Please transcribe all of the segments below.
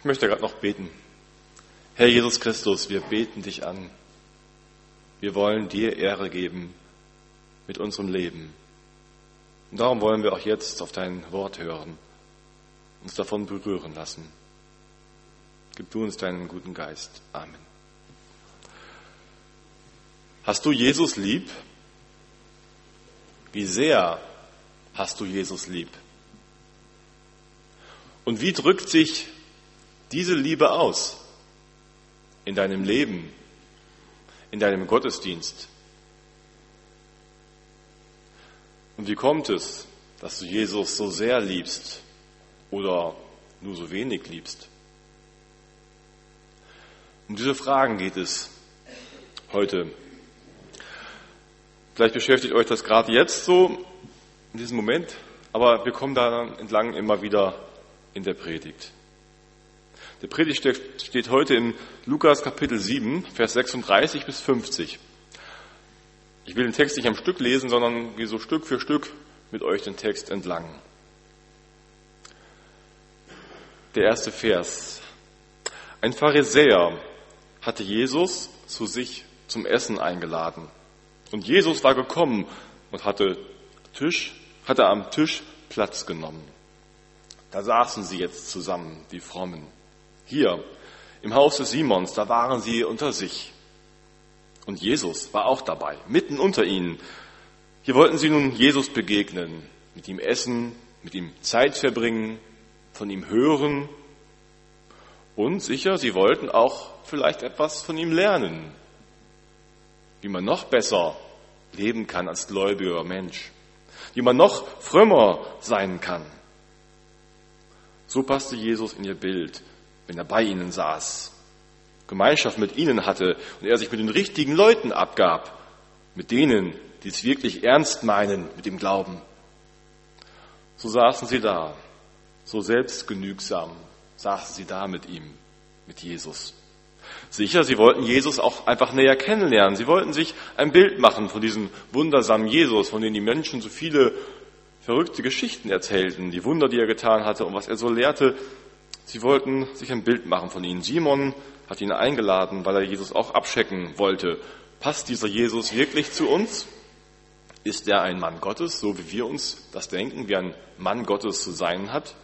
Ich möchte gerade noch beten. Herr Jesus Christus, wir beten dich an. Wir wollen dir Ehre geben mit unserem Leben. Und darum wollen wir auch jetzt auf dein Wort hören, uns davon berühren lassen. Gib du uns deinen guten Geist. Amen. Hast du Jesus lieb? Wie sehr hast du Jesus lieb? Und wie drückt sich diese Liebe aus in deinem Leben, in deinem Gottesdienst? Und wie kommt es, dass du Jesus so sehr liebst oder nur so wenig liebst? Um diese Fragen geht es heute. Vielleicht beschäftigt euch das gerade jetzt so, in diesem Moment, aber wir kommen da entlang immer wieder in der Predigt. Der Predigtext steht heute in Lukas Kapitel 7, Vers 36 bis 50. Ich will den Text nicht am Stück lesen, sondern gehe so Stück für Stück mit euch den Text entlang. Der erste Vers. Ein Pharisäer hatte Jesus zu sich zum Essen eingeladen. Und Jesus war gekommen und hatte am Tisch Platz genommen. Da saßen sie jetzt zusammen, die Frommen. Hier, im Haus des Simons, da waren sie unter sich. Und Jesus war auch dabei, mitten unter ihnen. Hier wollten sie nun Jesus begegnen, mit ihm essen, mit ihm Zeit verbringen, von ihm hören. Und sicher, sie wollten auch vielleicht etwas von ihm lernen, wie man noch besser leben kann als gläubiger Mensch, wie man noch frömmer sein kann. So passte Jesus in ihr Bild, wenn er bei ihnen saß, Gemeinschaft mit ihnen hatte und er sich mit den richtigen Leuten abgab, mit denen, die es wirklich ernst meinen mit dem Glauben. So saßen sie da, so selbstgenügsam saßen sie da mit ihm, mit Jesus. Sicher, sie wollten Jesus auch einfach näher kennenlernen. Sie wollten sich ein Bild machen von diesem wundersamen Jesus, von dem die Menschen so viele verrückte Geschichten erzählten, die Wunder, die er getan hatte und was er so lehrte. Sie wollten sich ein Bild machen von ihnen. Simon hat ihn eingeladen, weil er Jesus auch abchecken wollte. Passt dieser Jesus wirklich zu uns? Ist er ein Mann Gottes, so wie wir uns das denken, wie ein Mann Gottes zu sein hat?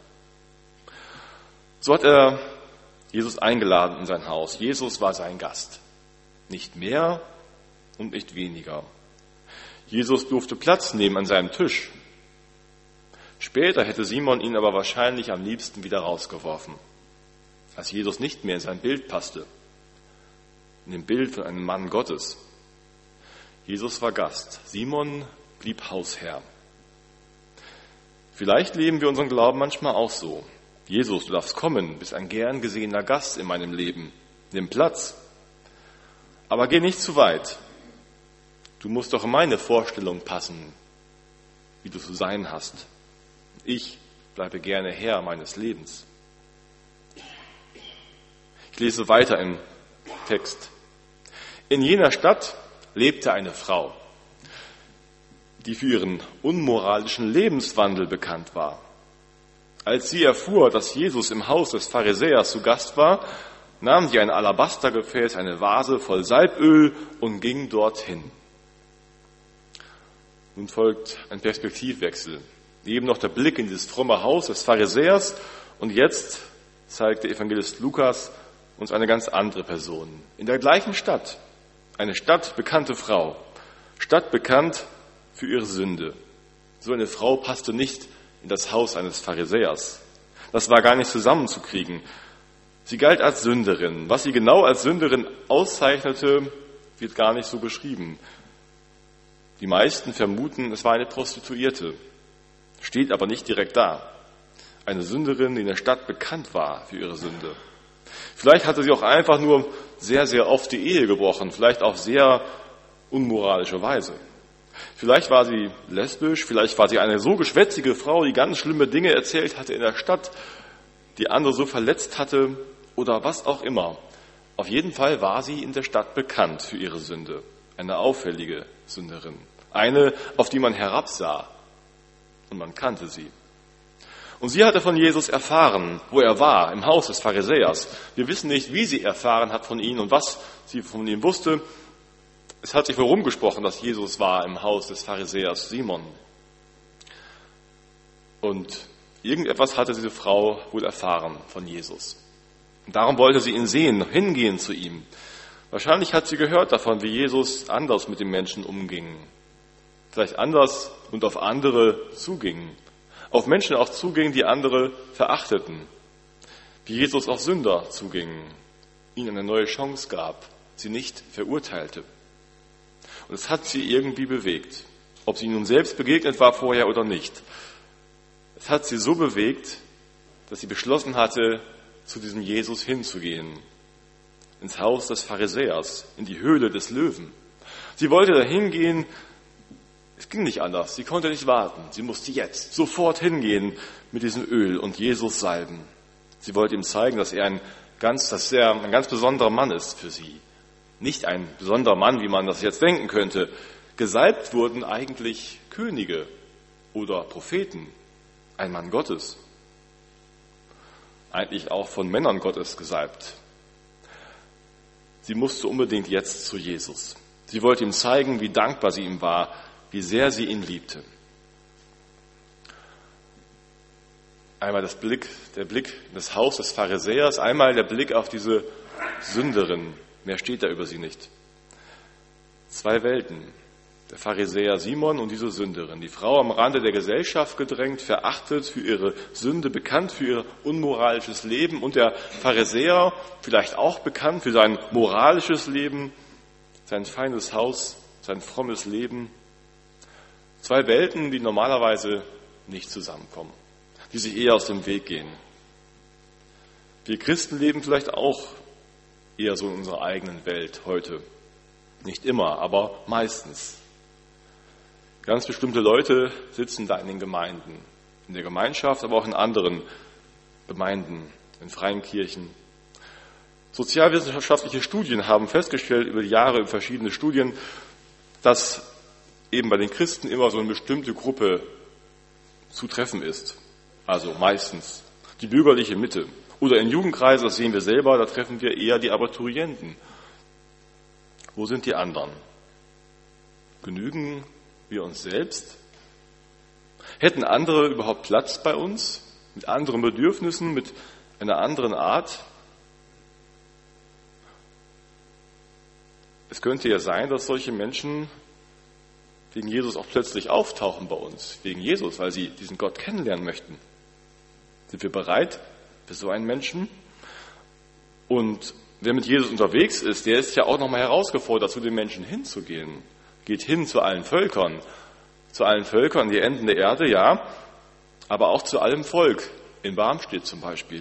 So hat er Jesus eingeladen in sein Haus. Jesus war sein Gast. Nicht mehr und nicht weniger. Jesus durfte Platz nehmen an seinem Tisch. Später hätte Simon ihn aber wahrscheinlich am liebsten wieder rausgeworfen, als Jesus nicht mehr in sein Bild passte, in dem Bild von einem Mann Gottes. Jesus war Gast, Simon blieb Hausherr. Vielleicht leben wir unseren Glauben manchmal auch so. Jesus, du darfst kommen, bist ein gern gesehener Gast in meinem Leben. Nimm Platz. Aber geh nicht zu weit. Du musst doch in meine Vorstellung passen, wie du zu sein hast. Ich bleibe gerne Herr meines Lebens. Ich lese weiter im Text. In jener Stadt lebte eine Frau, die für ihren unmoralischen Lebenswandel bekannt war. Als sie erfuhr, dass Jesus im Haus des Pharisäers zu Gast war, nahm sie ein Alabastergefäß, eine Vase voll Salböl und ging dorthin. Nun folgt ein Perspektivwechsel. Eben noch der Blick in dieses fromme Haus des Pharisäers und jetzt zeigt der Evangelist Lukas uns eine ganz andere Person. In der gleichen Stadt, eine stadtbekannte Frau, stadtbekannt für ihre Sünde. So eine Frau passte nicht in das Haus eines Pharisäers. Das war gar nicht zusammenzukriegen. Sie galt als Sünderin. Was sie genau als Sünderin auszeichnete, wird gar nicht so beschrieben. Die meisten vermuten, es war eine Prostituierte. Steht aber nicht direkt da. Eine Sünderin, die in der Stadt bekannt war für ihre Sünde. Vielleicht hatte sie auch einfach nur sehr, sehr oft die Ehe gebrochen, vielleicht auf sehr unmoralische Weise. Vielleicht war sie lesbisch, vielleicht war sie eine so geschwätzige Frau, die ganz schlimme Dinge erzählt hatte in der Stadt, die andere so verletzt hatte oder was auch immer. Auf jeden Fall war sie in der Stadt bekannt für ihre Sünde. Eine auffällige Sünderin. Eine, auf die man herabsah. Und man kannte sie. Und sie hatte von Jesus erfahren, wo er war, im Haus des Pharisäers. Wir wissen nicht, wie sie erfahren hat von ihm und was sie von ihm wusste. Es hat sich herumgesprochen, dass Jesus war im Haus des Pharisäers Simon. Und irgendetwas hatte diese Frau wohl erfahren von Jesus. Und darum wollte sie ihn sehen, hingehen zu ihm. Wahrscheinlich hat sie gehört davon, wie Jesus anders mit den Menschen umging. Vielleicht anders und auf andere zuging. Auf Menschen auch zuging, die andere verachteten. Wie Jesus auf Sünder zuging, ihnen eine neue Chance gab, sie nicht verurteilte. Und es hat sie irgendwie bewegt. Ob sie nun selbst begegnet war vorher oder nicht. Es hat sie so bewegt, dass sie beschlossen hatte, zu diesem Jesus hinzugehen. Ins Haus des Pharisäers, in die Höhle des Löwen. Sie wollte dahin gehen. Es ging nicht anders. Sie konnte nicht warten. Sie musste jetzt sofort hingehen mit diesem Öl und Jesus salben. Sie wollte ihm zeigen, dass er ein ganz besonderer Mann ist für sie. Nicht ein besonderer Mann, wie man das jetzt denken könnte. Gesalbt wurden eigentlich Könige oder Propheten. Ein Mann Gottes. Eigentlich auch von Männern Gottes gesalbt. Sie musste unbedingt jetzt zu Jesus. Sie wollte ihm zeigen, wie dankbar sie ihm war, wie sehr sie ihn liebte. Einmal der Blick in das Haus des Pharisäers, einmal der Blick auf diese Sünderin. Mehr steht da über sie nicht. Zwei Welten. Der Pharisäer Simon und diese Sünderin. Die Frau am Rande der Gesellschaft gedrängt, verachtet für ihre Sünde, bekannt für ihr unmoralisches Leben. Und der Pharisäer, vielleicht auch bekannt für sein moralisches Leben, sein feines Haus, sein frommes Leben. Zwei Welten, die normalerweise nicht zusammenkommen, die sich eher aus dem Weg gehen. Wir Christen leben vielleicht auch eher so in unserer eigenen Welt heute. Nicht immer, aber meistens. Ganz bestimmte Leute sitzen da in den Gemeinden, in der Gemeinschaft, aber auch in anderen Gemeinden, in freien Kirchen. Sozialwissenschaftliche Studien haben festgestellt, über die Jahre verschiedene Studien, dass eben bei den Christen immer so eine bestimmte Gruppe zu treffen ist. Also meistens die bürgerliche Mitte. Oder in Jugendkreisen, das sehen wir selber, da treffen wir eher die Abiturienten. Wo sind die anderen? Genügen wir uns selbst? Hätten andere überhaupt Platz bei uns? Mit anderen Bedürfnissen, mit einer anderen Art? Es könnte ja sein, dass solche Menschen wegen Jesus auch plötzlich auftauchen bei uns. Wegen Jesus, weil sie diesen Gott kennenlernen möchten. Sind wir bereit für so einen Menschen? Und wer mit Jesus unterwegs ist, der ist ja auch nochmal herausgefordert, zu den Menschen hinzugehen. Geht hin zu allen Völkern. Zu allen Völkern, die Enden der Erde, ja. Aber auch zu allem Volk. In Barmstedt zum Beispiel.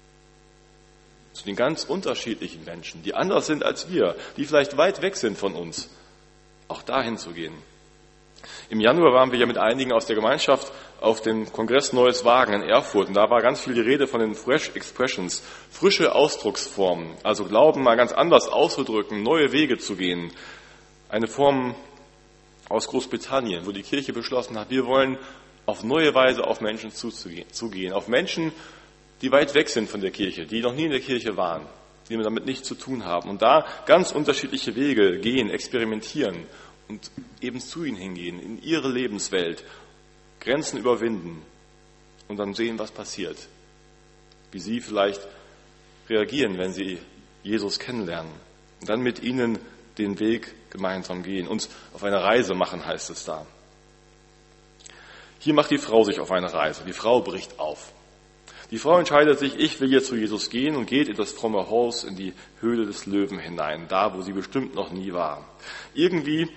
Zu den ganz unterschiedlichen Menschen, die anders sind als wir, die vielleicht weit weg sind von uns. Auch dahin zu gehen. Im Januar waren wir ja mit einigen aus der Gemeinschaft auf dem Kongress Neues Wagen in Erfurt. Und da war ganz viel die Rede von den Fresh Expressions, frische Ausdrucksformen. Also Glauben mal ganz anders auszudrücken, neue Wege zu gehen. Eine Form aus Großbritannien, wo die Kirche beschlossen hat, wir wollen auf neue Weise auf Menschen zugehen. Auf Menschen, die weit weg sind von der Kirche, die noch nie in der Kirche waren, die damit nichts zu tun haben. Und da ganz unterschiedliche Wege gehen, experimentieren. Und eben zu ihnen hingehen, in ihre Lebenswelt, Grenzen überwinden und dann sehen, was passiert. Wie sie vielleicht reagieren, wenn sie Jesus kennenlernen. Und dann mit ihnen den Weg gemeinsam gehen. Uns auf eine Reise machen, heißt es da. Hier macht die Frau sich auf eine Reise. Die Frau bricht auf. Die Frau entscheidet sich, ich will jetzt zu Jesus gehen und geht in das fromme Haus, in die Höhle des Löwen hinein, da wo sie bestimmt noch nie war. Irgendwie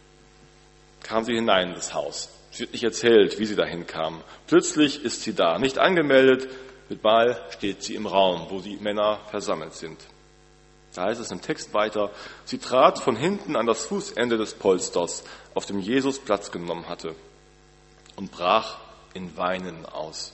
kam sie hinein in das Haus. Es wird nicht erzählt, wie sie dahin kam. Plötzlich ist sie da, nicht angemeldet. Mit Mal steht sie im Raum, wo die Männer versammelt sind. Da heißt es im Text weiter, sie trat von hinten an das Fußende des Polsters, auf dem Jesus Platz genommen hatte, und brach in Weinen aus.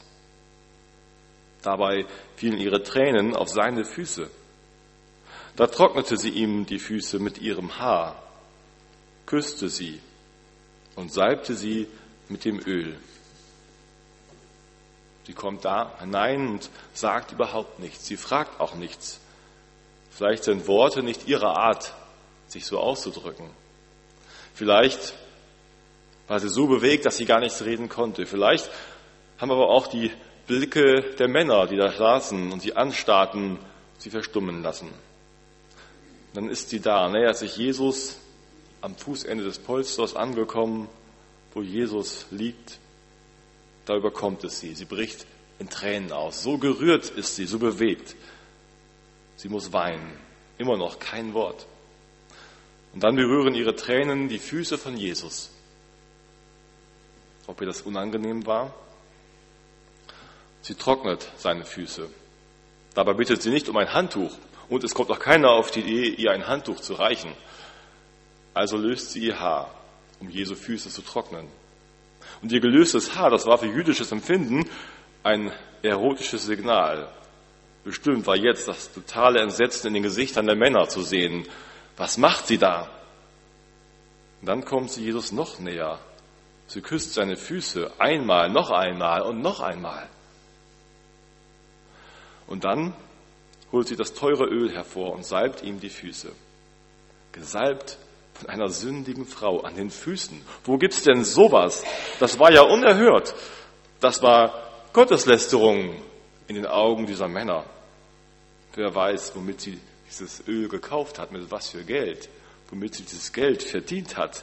Dabei fielen ihre Tränen auf seine Füße. Da trocknete sie ihm die Füße mit ihrem Haar, küsste sie und salbte sie mit dem Öl. Sie kommt da hinein und sagt überhaupt nichts. Sie fragt auch nichts. Vielleicht sind Worte nicht ihre Art, sich so auszudrücken. Vielleicht war sie so bewegt, dass sie gar nichts reden konnte. Vielleicht haben aber auch die Blicke der Männer, die da saßen und sie anstarrten, sie verstummen lassen. Dann ist sie da, nähert sich Jesus am Fußende des Polsters angekommen, wo Jesus liegt. Da überkommt es sie. Sie bricht in Tränen aus. So gerührt ist sie, so bewegt. Sie muss weinen. Immer noch kein Wort. Und dann berühren ihre Tränen die Füße von Jesus. Ob ihr das unangenehm war? Sie trocknet seine Füße. Dabei bittet sie nicht um ein Handtuch. Und es kommt auch keiner auf die Idee, ihr ein Handtuch zu reichen. Also löst sie ihr Haar, um Jesu Füße zu trocknen. Und ihr gelöstes Haar, das war für jüdisches Empfinden ein erotisches Signal. Bestimmt war jetzt das totale Entsetzen in den Gesichtern der Männer zu sehen. Was macht sie da? Und dann kommt sie Jesus noch näher. Sie küsst seine Füße einmal, noch einmal und noch einmal. Und dann holt sie das teure Öl hervor und salbt ihm die Füße. Gesalbt von einer sündigen Frau an den Füßen. Wo gibt's denn sowas? Das war ja unerhört. Das war Gotteslästerung in den Augen dieser Männer. Wer weiß, womit sie dieses Öl gekauft hat, mit was für Geld, womit sie dieses Geld verdient hat.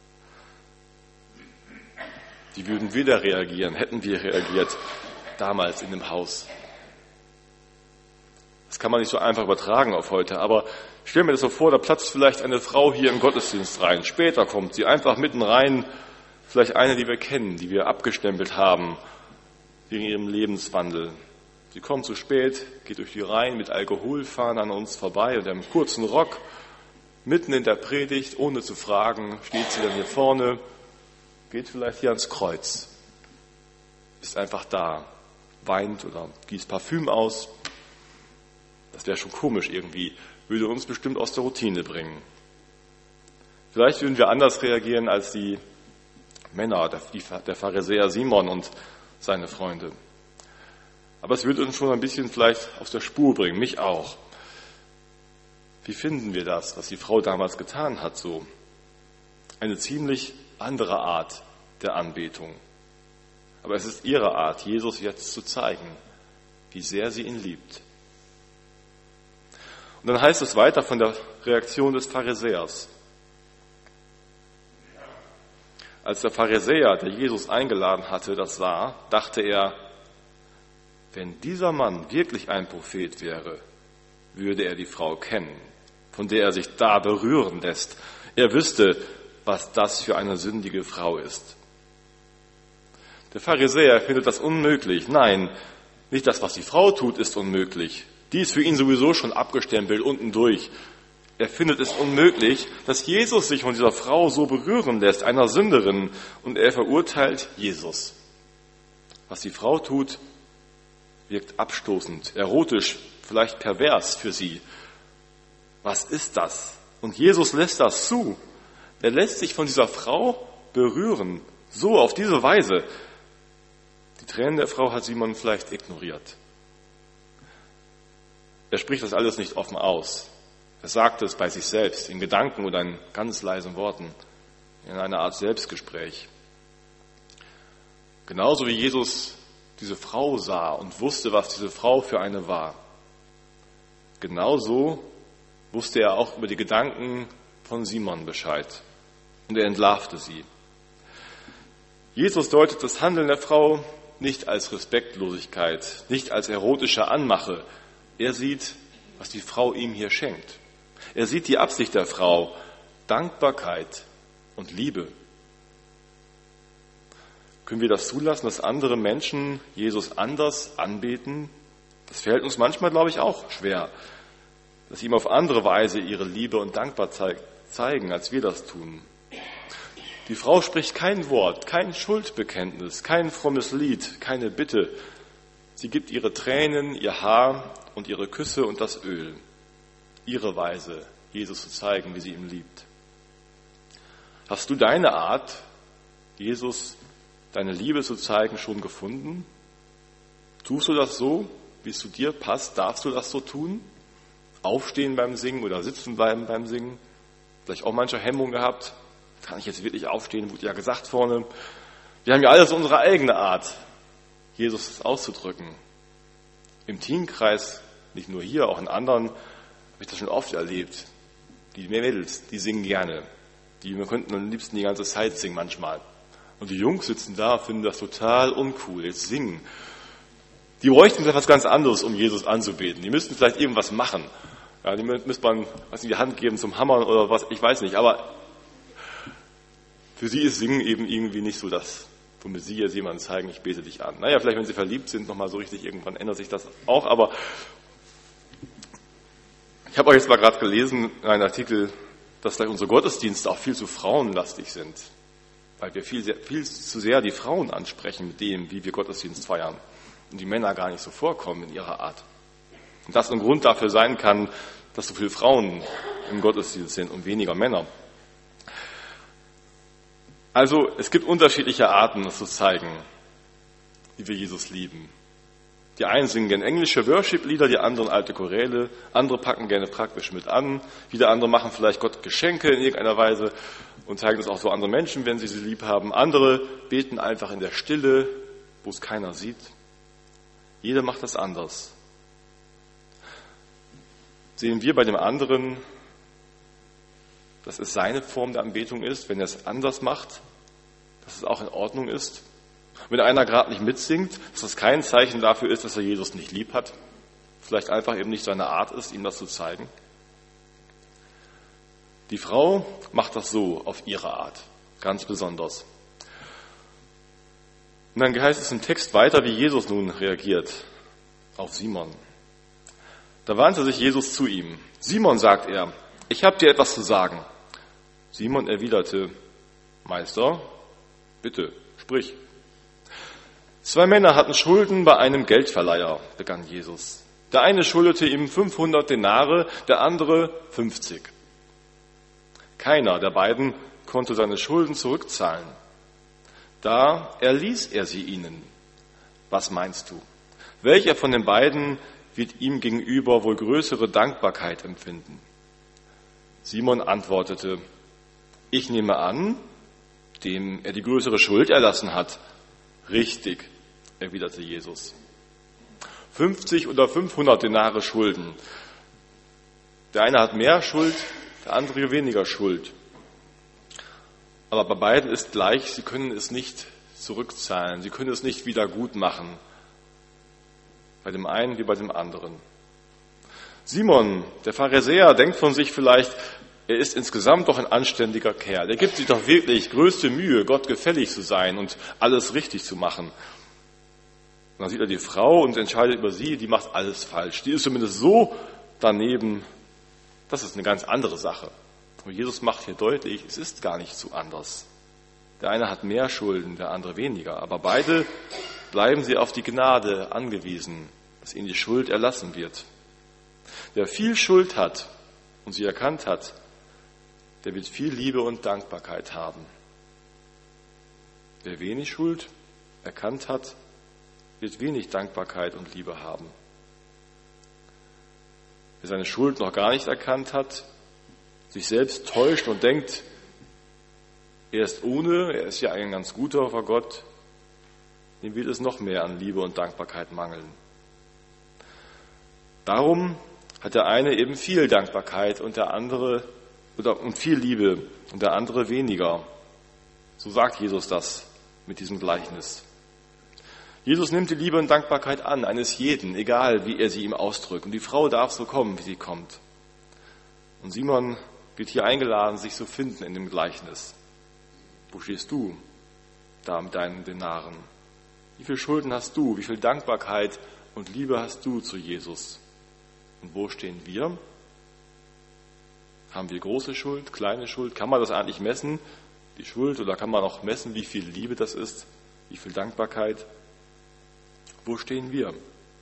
Die würden wieder reagieren, hätten wir reagiert, damals in dem Haus. Das kann man nicht so einfach übertragen auf heute, aber stell mir das so vor, da platzt vielleicht eine Frau hier im Gottesdienst rein. Später kommt sie einfach mitten rein, vielleicht eine, die wir kennen, die wir abgestempelt haben wegen ihrem Lebenswandel. Sie kommt zu spät, geht durch die Reihen mit Alkoholfahnen an uns vorbei und einem kurzen Rock. Mitten in der Predigt, ohne zu fragen, steht sie dann hier vorne, geht vielleicht hier ans Kreuz, ist einfach da, weint oder gießt Parfüm aus. Das wäre schon komisch irgendwie, würde uns bestimmt aus der Routine bringen. Vielleicht würden wir anders reagieren als die Männer, der Pharisäer Simon und seine Freunde. Aber es würde uns schon ein bisschen vielleicht aus der Spur bringen, mich auch. Wie finden wir das, was die Frau damals getan hat, so? Eine ziemlich andere Art der Anbetung. Aber es ist ihre Art, Jesus jetzt zu zeigen, wie sehr sie ihn liebt. Und dann heißt es weiter von der Reaktion des Pharisäers. Als der Pharisäer, der Jesus eingeladen hatte, das sah, dachte er, wenn dieser Mann wirklich ein Prophet wäre, würde er die Frau kennen, von der er sich da berühren lässt. Er wüsste, was das für eine sündige Frau ist. Der Pharisäer findet das unmöglich. Nein, nicht das, was die Frau tut, ist unmöglich. Die ist für ihn sowieso schon abgestempelt unten durch. Er findet es unmöglich, dass Jesus sich von dieser Frau so berühren lässt, einer Sünderin, und er verurteilt Jesus. Was die Frau tut, wirkt abstoßend, erotisch, vielleicht pervers für sie. Was ist das? Und Jesus lässt das zu. Er lässt sich von dieser Frau berühren, so auf diese Weise. Die Tränen der Frau hat Simon vielleicht ignoriert. Er spricht das alles nicht offen aus. Er sagt es bei sich selbst, in Gedanken oder in ganz leisen Worten, in einer Art Selbstgespräch. Genauso wie Jesus diese Frau sah und wusste, was diese Frau für eine war. Genauso wusste er auch über die Gedanken von Simon Bescheid. Und er entlarvte sie. Jesus deutet das Handeln der Frau nicht als Respektlosigkeit, nicht als erotische Anmache. Er sieht, was die Frau ihm hier schenkt. Er sieht die Absicht der Frau, Dankbarkeit und Liebe. Können wir das zulassen, dass andere Menschen Jesus anders anbeten? Das fällt uns manchmal, glaube ich, auch schwer, dass sie ihm auf andere Weise ihre Liebe und Dankbarkeit zeigen, als wir das tun. Die Frau spricht kein Wort, kein Schuldbekenntnis, kein frommes Lied, keine Bitte. Sie gibt ihre Tränen, ihr Haar und ihre Küsse und das Öl. Ihre Weise, Jesus zu zeigen, wie sie ihn liebt. Hast du deine Art, Jesus deine Liebe zu zeigen, schon gefunden? Tust du das so, wie es zu dir passt? Darfst du das so tun? Aufstehen beim Singen oder sitzen bleiben beim Singen? Vielleicht auch manche Hemmung gehabt. Kann ich jetzt wirklich aufstehen? Wurde ja gesagt vorne. Wir haben ja alles unsere eigene Art, Jesus auszudrücken. Im Teamkreis, nicht nur hier, auch in anderen, habe ich das schon oft erlebt. Die Mädels, die singen gerne. Die könnten am liebsten die ganze Zeit singen manchmal. Und die Jungs sitzen da, finden das total uncool, jetzt singen. Die bräuchten vielleicht was ganz anderes, um Jesus anzubeten. Die müssten vielleicht irgendwas machen. Ja, die müsste man die Hand geben zum Hammern oder was, ich weiß nicht. Aber für sie ist Singen eben irgendwie nicht so das, womit sie jetzt jemandem zeigen, ich bete dich an. Naja, vielleicht wenn sie verliebt sind, nochmal so richtig, irgendwann ändert sich das auch. Aber ich habe euch jetzt mal gerade gelesen in einem Artikel, dass vielleicht unsere Gottesdienste auch viel zu frauenlastig sind. Weil wir viel zu sehr die Frauen ansprechen mit dem, wie wir Gottesdienst feiern. Und die Männer gar nicht so vorkommen in ihrer Art. Und das ein Grund dafür sein kann, dass so viele Frauen im Gottesdienst sind und weniger Männer. Also es gibt unterschiedliche Arten, das zu zeigen, wie wir Jesus lieben. Die einen singen gerne englische Worship-Lieder, die anderen alte Choräle, andere packen gerne praktisch mit an, wieder andere machen vielleicht Gott Geschenke in irgendeiner Weise und zeigen das auch so anderen Menschen, wenn sie lieb haben. Andere beten einfach in der Stille, wo es keiner sieht. Jeder macht das anders. Sehen wir bei dem anderen, dass es seine Form der Anbetung ist, wenn er es anders macht, dass es auch in Ordnung ist. Wenn einer gerade nicht mitsingt, dass das kein Zeichen dafür ist, dass er Jesus nicht lieb hat, vielleicht einfach eben nicht seine Art ist, ihm das zu zeigen. Die Frau macht das so auf ihre Art, ganz besonders. Und dann heißt es im Text weiter, wie Jesus nun reagiert auf Simon. Da wandte sich Jesus zu ihm. Simon, sagt er, ich habe dir etwas zu sagen. Simon erwiderte, Meister, bitte, sprich. 2 Männer hatten Schulden bei einem Geldverleiher, begann Jesus. Der eine schuldete ihm 500 Denare, der andere 50. Keiner der beiden konnte seine Schulden zurückzahlen. Da erließ er sie ihnen. Was meinst du? Welcher von den beiden wird ihm gegenüber wohl größere Dankbarkeit empfinden? Simon antwortete, ich nehme an, dem er die größere Schuld erlassen hat. Richtig, erwiderte Jesus. 50 oder 500 Denare Schulden. Der eine hat mehr Schuld, der andere weniger Schuld. Aber bei beiden ist gleich, sie können es nicht zurückzahlen, sie können es nicht wieder gut machen. Bei dem einen wie bei dem anderen. Simon, der Pharisäer, denkt von sich vielleicht, er ist insgesamt doch ein anständiger Kerl. Er gibt sich doch wirklich größte Mühe, Gott gefällig zu sein und alles richtig zu machen. Und dann sieht er die Frau und entscheidet über sie, die macht alles falsch. Die ist zumindest so daneben, das ist eine ganz andere Sache. Und Jesus macht hier deutlich, es ist gar nicht so anders. Der eine hat mehr Schulden, der andere weniger. Aber beide bleiben sie auf die Gnade angewiesen, dass ihnen die Schuld erlassen wird. Wer viel Schuld hat und sie erkannt hat, der wird viel Liebe und Dankbarkeit haben. Wer wenig Schuld erkannt hat, wird wenig Dankbarkeit und Liebe haben. Wer seine Schuld noch gar nicht erkannt hat, sich selbst täuscht und denkt, er ist ja ein ganz guter vor Gott, dem wird es noch mehr an Liebe und Dankbarkeit mangeln. Darum hat der eine eben viel Dankbarkeit und der andere und viel Liebe und der andere weniger. So sagt Jesus das mit diesem Gleichnis. Jesus nimmt die Liebe und Dankbarkeit an, eines jeden, egal wie er sie ihm ausdrückt. Und die Frau darf so kommen, wie sie kommt. Und Simon wird hier eingeladen, sich zu finden in dem Gleichnis. Wo stehst du da mit deinen Denaren? Wie viel Schulden hast du? Wie viel Dankbarkeit und Liebe hast du zu Jesus? Und wo stehen wir? Haben wir große Schuld, kleine Schuld? Kann man das eigentlich messen, die Schuld? Oder kann man auch messen, wie viel Liebe das ist? Wie viel Dankbarkeit? Wo stehen wir?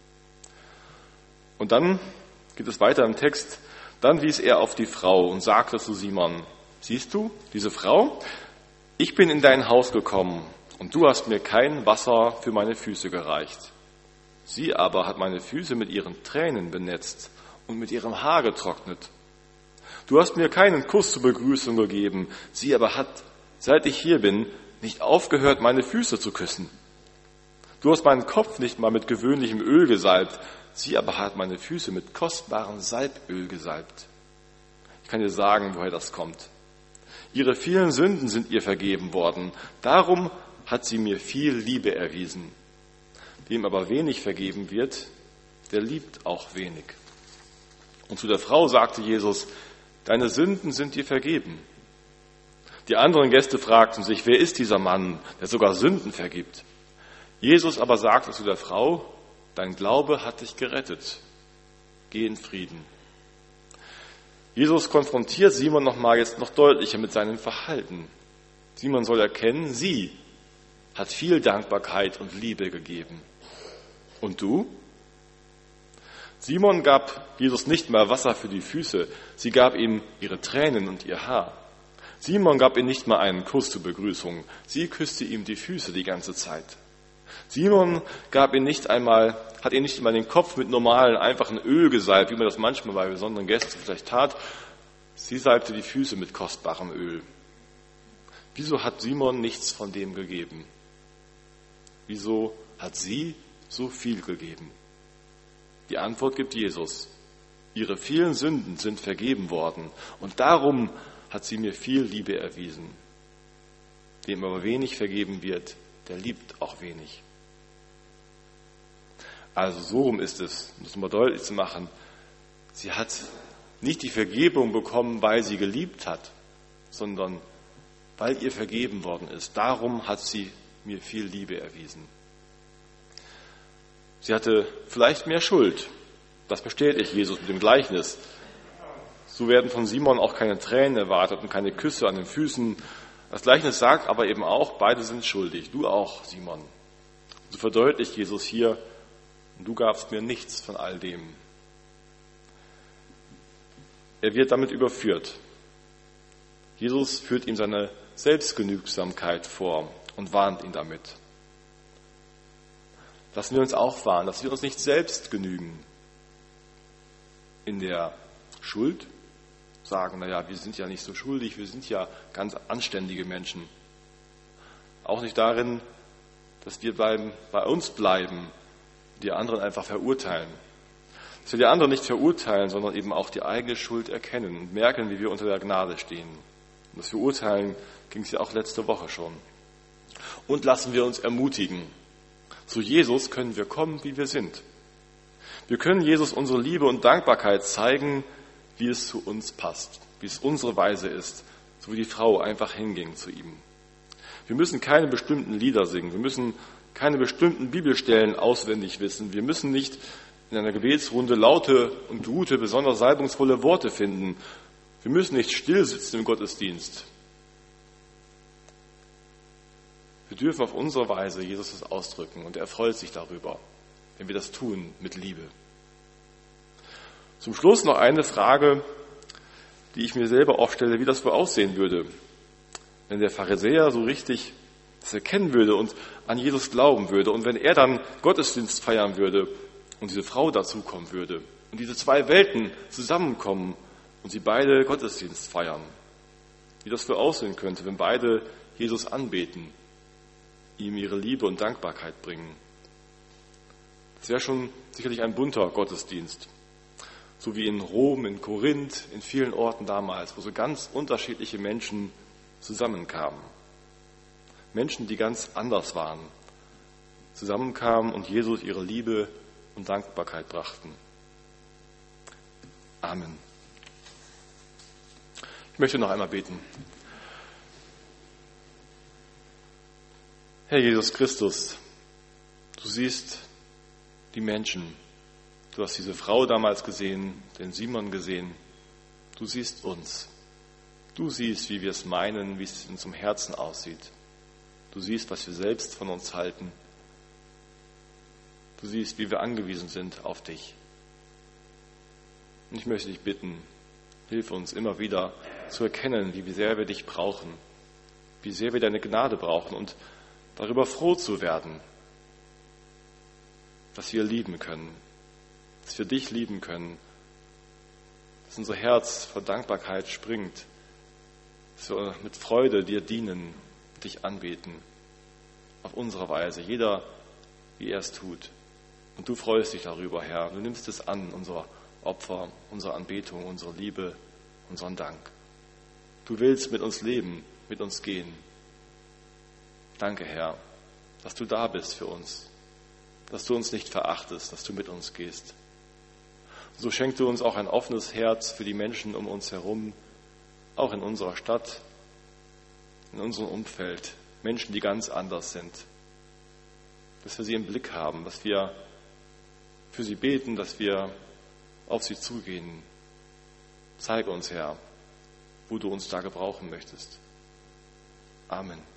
Und dann geht es weiter im Text. Dann wies er auf die Frau und sagte zu Simon, siehst du, diese Frau? Ich bin in dein Haus gekommen und du hast mir kein Wasser für meine Füße gereicht. Sie aber hat meine Füße mit ihren Tränen benetzt und mit ihrem Haar getrocknet. Du hast mir keinen Kuss zur Begrüßung gegeben, sie aber hat, seit ich hier bin, nicht aufgehört, meine Füße zu küssen. Du hast meinen Kopf nicht mal mit gewöhnlichem Öl gesalbt, sie aber hat meine Füße mit kostbarem Salböl gesalbt. Ich kann dir sagen, woher das kommt. Ihre vielen Sünden sind ihr vergeben worden, darum hat sie mir viel Liebe erwiesen. Wem aber wenig vergeben wird, der liebt auch wenig. Und zu der Frau sagte Jesus, deine Sünden sind dir vergeben. Die anderen Gäste fragten sich, wer ist dieser Mann, der sogar Sünden vergibt? Jesus aber sagte zu der Frau, dein Glaube hat dich gerettet. Geh in Frieden. Jesus konfrontiert Simon jetzt noch deutlicher mit seinem Verhalten. Simon soll erkennen, sie hat viel Dankbarkeit und Liebe gegeben. Und du? Simon gab Jesus nicht mehr Wasser für die Füße, sie gab ihm ihre Tränen und ihr Haar. Simon gab ihm nicht mal einen Kuss zur Begrüßung, sie küsste ihm die Füße die ganze Zeit. Simon hat ihm nicht einmal den Kopf mit normalen, einfachen Öl gesalbt, wie man das manchmal bei besonderen Gästen vielleicht tat. Sie salbte die Füße mit kostbarem Öl. Wieso hat Simon nichts von dem gegeben? Wieso hat sie so viel gegeben? Die Antwort gibt Jesus. Ihre vielen Sünden sind vergeben worden und darum hat sie mir viel Liebe erwiesen. Dem aber wenig vergeben wird, der liebt auch wenig. Also so rum ist es, um das mal deutlich zu machen. Sie hat nicht die Vergebung bekommen, weil sie geliebt hat, sondern weil ihr vergeben worden ist. Darum hat sie mir viel Liebe erwiesen. Sie hatte vielleicht mehr Schuld. Das bestätigt Jesus mit dem Gleichnis. So werden von Simon auch keine Tränen erwartet und keine Küsse an den Füßen. Das Gleichnis sagt aber eben auch, beide sind schuldig. Du auch, Simon. So verdeutlicht Jesus hier, du gabst mir nichts von all dem. Er wird damit überführt. Jesus führt ihm seine Selbstgenügsamkeit vor und warnt ihn damit. Lassen wir uns auch warnen, dass wir uns nicht selbst genügen. In der Schuld sagen, wir sind ja nicht so schuldig, wir sind ja ganz anständige Menschen. Auch nicht darin, dass wir bei uns bleiben, die anderen einfach verurteilen. Dass wir die anderen nicht verurteilen, sondern eben auch die eigene Schuld erkennen und merken, wie wir unter der Gnade stehen. Und das Verurteilen ging es ja auch letzte Woche schon. Und lassen wir uns ermutigen. Zu Jesus können wir kommen, wie wir sind. Wir können Jesus unsere Liebe und Dankbarkeit zeigen, wie es zu uns passt, wie es unsere Weise ist, so wie die Frau einfach hinging zu ihm. Wir müssen keine bestimmten Lieder singen, wir müssen keine bestimmten Bibelstellen auswendig wissen, wir müssen nicht in einer Gebetsrunde laute und gute, besonders salbungsvolle Worte finden. Wir müssen nicht still sitzen im Gottesdienst. Wir dürfen auf unsere Weise Jesus das ausdrücken und er freut sich darüber, wenn wir das tun mit Liebe. Zum Schluss noch eine Frage, die ich mir selber oft stelle, wie das wohl aussehen würde, wenn der Pharisäer so richtig das erkennen würde und an Jesus glauben würde und wenn er dann Gottesdienst feiern würde und diese Frau dazukommen würde und diese zwei Welten zusammenkommen und sie beide Gottesdienst feiern. Wie das wohl aussehen könnte, wenn beide Jesus anbeten, ihm ihre Liebe und Dankbarkeit bringen. Das wäre schon sicherlich ein bunter Gottesdienst. So wie in Rom, in Korinth, in vielen Orten damals, wo so ganz unterschiedliche Menschen zusammenkamen. Menschen, die ganz anders waren, zusammenkamen und Jesus ihre Liebe und Dankbarkeit brachten. Amen. Ich möchte noch einmal beten. Herr Jesus Christus, du siehst die Menschen. Du hast diese Frau damals gesehen, den Simon gesehen. Du siehst uns. Du siehst, wie wir es meinen, wie es in unserem Herzen aussieht. Du siehst, was wir selbst von uns halten. Du siehst, wie wir angewiesen sind auf dich. Und ich möchte dich bitten, hilf uns immer wieder zu erkennen, wie sehr wir dich brauchen, wie sehr wir deine Gnade brauchen und darüber froh zu werden. dass wir lieben können, dass wir dich lieben können, dass unser Herz vor Dankbarkeit springt, dass wir mit Freude dir dienen, dich anbeten, auf unsere Weise, jeder, wie er es tut. Und du freust dich darüber, Herr. Du nimmst es an, unser Opfer, unsere Anbetung, unsere Liebe, unseren Dank. Du willst mit uns leben, mit uns gehen. Danke, Herr, dass du da bist für uns, dass du uns nicht verachtest, dass du mit uns gehst. So schenkst du uns auch ein offenes Herz für die Menschen um uns herum, auch in unserer Stadt, in unserem Umfeld, Menschen, die ganz anders sind. Dass wir sie im Blick haben, dass wir für sie beten, dass wir auf sie zugehen. Zeige uns, Herr, wo du uns da gebrauchen möchtest. Amen.